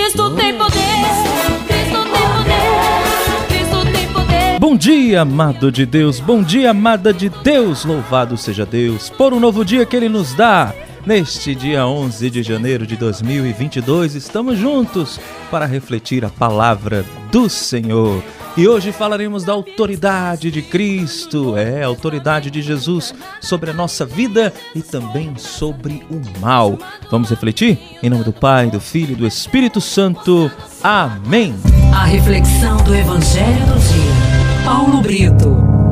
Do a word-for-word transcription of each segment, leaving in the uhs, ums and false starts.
Cristo tem poder, Cristo tem poder, Cristo tem poder. Bom dia, amado de Deus, bom dia, amada de Deus. Louvado seja Deus por um novo dia que Ele nos dá. Neste dia onze de janeiro de dois mil e vinte e dois, estamos juntos para refletir a palavra do Senhor. E hoje falaremos da autoridade de Cristo, é, a autoridade de Jesus sobre a nossa vida e também sobre o mal. Vamos refletir? Em nome do Pai, do Filho e do Espírito Santo. Amém. A reflexão do Evangelho do dia. Paulo Brito.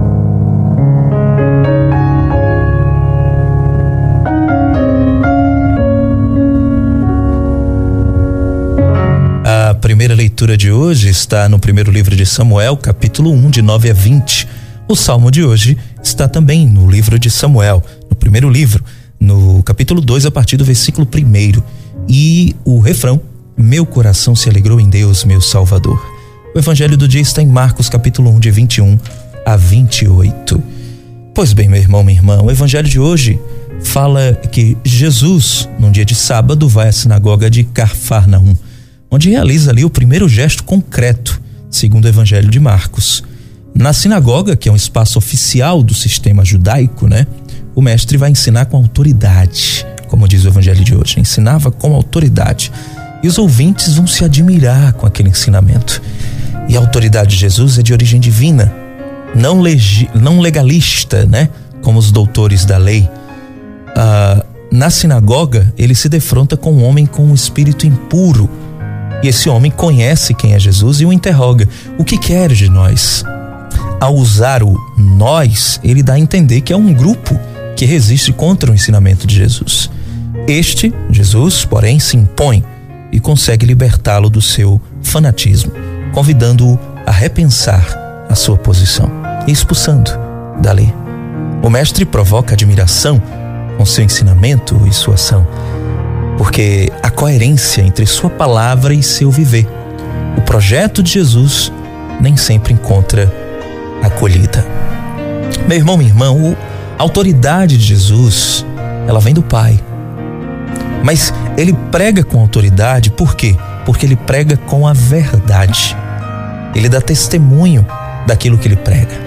A primeira leitura de hoje está no primeiro livro de Samuel, capítulo um, de nove a vinte. O salmo de hoje está também no livro de Samuel, no primeiro livro, no capítulo dois, a partir do versículo primeiro. E o refrão: meu coração se alegrou em Deus, meu Salvador. O evangelho do dia está em Marcos, capítulo um, de vinte e um a vinte e oito. Pois bem, meu irmão, minha irmã, o evangelho de hoje fala que Jesus, num dia de sábado, vai à sinagoga de Cafarnaum, onde realiza ali o primeiro gesto concreto, segundo o evangelho de Marcos. Na sinagoga, que é um espaço oficial do sistema judaico, né? O mestre vai ensinar com autoridade, como diz o evangelho de hoje, ensinava com autoridade. E os ouvintes vão se admirar com aquele ensinamento. E a autoridade de Jesus é de origem divina, não, legi, não legalista, né? Como os doutores da lei. Ah, na sinagoga, ele se defronta com um homem com um espírito impuro. E esse homem conhece quem é Jesus e o interroga: o que quer de nós? Ao usar o nós, ele dá a entender que é um grupo que resiste contra o ensinamento de Jesus. Este, Jesus, porém, se impõe e consegue libertá-lo do seu fanatismo, convidando-o a repensar a sua posição e expulsando dali. O mestre provoca admiração com seu ensinamento e sua ação, porque a coerência entre sua palavra e seu viver. O projeto de Jesus nem sempre encontra acolhida. Meu irmão, minha irmã, a autoridade de Jesus, ela vem do Pai. Mas ele prega com autoridade, por quê? Porque ele prega com a verdade. Ele dá testemunho daquilo que ele prega.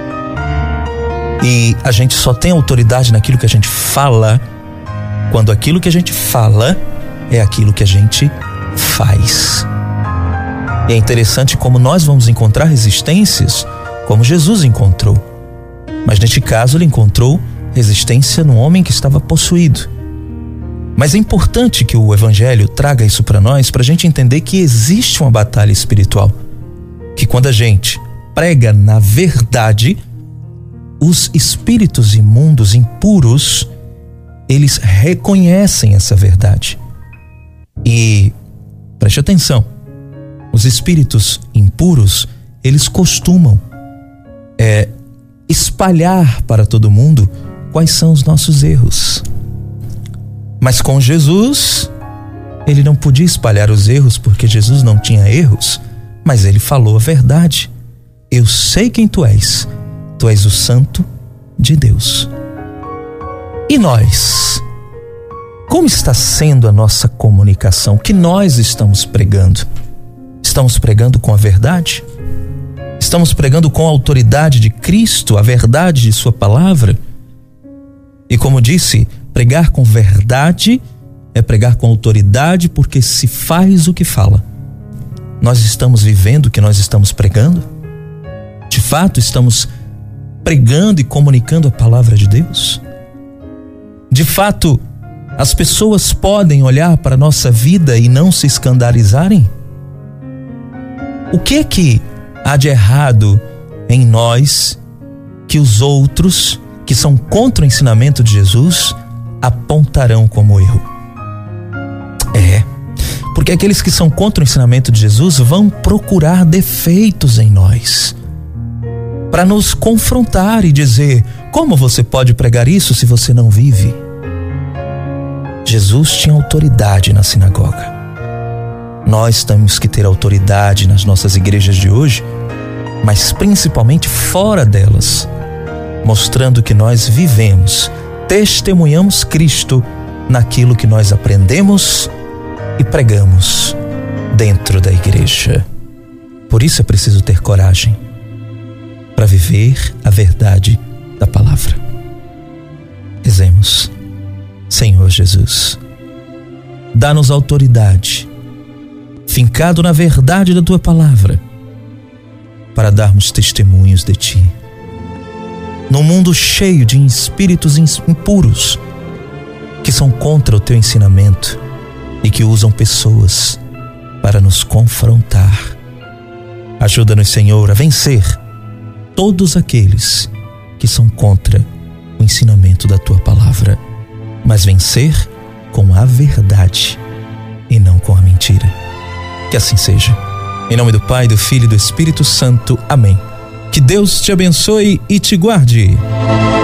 E a gente só tem autoridade naquilo que a gente fala, quando aquilo que a gente fala é aquilo que a gente faz. E é interessante como nós vamos encontrar resistências como Jesus encontrou. Mas neste caso ele encontrou resistência no homem que estava possuído. Mas é importante que o evangelho traga isso para nós, para a gente entender que existe uma batalha espiritual. Que quando a gente prega na verdade, os espíritos imundos, impuros, eles reconhecem essa verdade. E preste atenção, os espíritos impuros, eles costumam é, espalhar para todo mundo quais são os nossos erros. Mas com Jesus, ele não podia espalhar os erros, porque Jesus não tinha erros, mas ele falou a verdade. Eu sei quem tu és, tu és o Santo de Deus. E nós? Como está sendo a nossa comunicação? O que nós estamos pregando? Estamos pregando com a verdade? Estamos pregando com a autoridade de Cristo, a verdade de sua palavra? E como disse, pregar com verdade é pregar com autoridade, porque se faz o que fala. Nós estamos vivendo o que nós estamos pregando? De fato, estamos pregando e comunicando a palavra de Deus? De fato, as pessoas podem olhar para a nossa vida e não se escandalizarem? O que é que há de errado em nós que os outros que são contra o ensinamento de Jesus apontarão como erro? É, porque aqueles que são contra o ensinamento de Jesus vão procurar defeitos em nós para nos confrontar e dizer: como você pode pregar isso se você não vive? Jesus tinha autoridade na sinagoga. Nós temos que ter autoridade nas nossas igrejas de hoje, mas principalmente fora delas, mostrando que nós vivemos, testemunhamos Cristo naquilo que nós aprendemos e pregamos dentro dentro da igreja. Por isso é preciso ter coragem para viver a verdade da palavra. Rezemos. Senhor Jesus, dá-nos autoridade, fincado na verdade da tua palavra, para darmos testemunhos de ti. Num mundo cheio de espíritos impuros que são contra o teu ensinamento e que usam pessoas para nos confrontar. Ajuda-nos, Senhor, a vencer todos aqueles que são contra o ensinamento da tua palavra, mas vencer com a verdade e não com a mentira. Que assim seja. Em nome do Pai, do Filho e do Espírito Santo. Amém. Que Deus te abençoe e te guarde.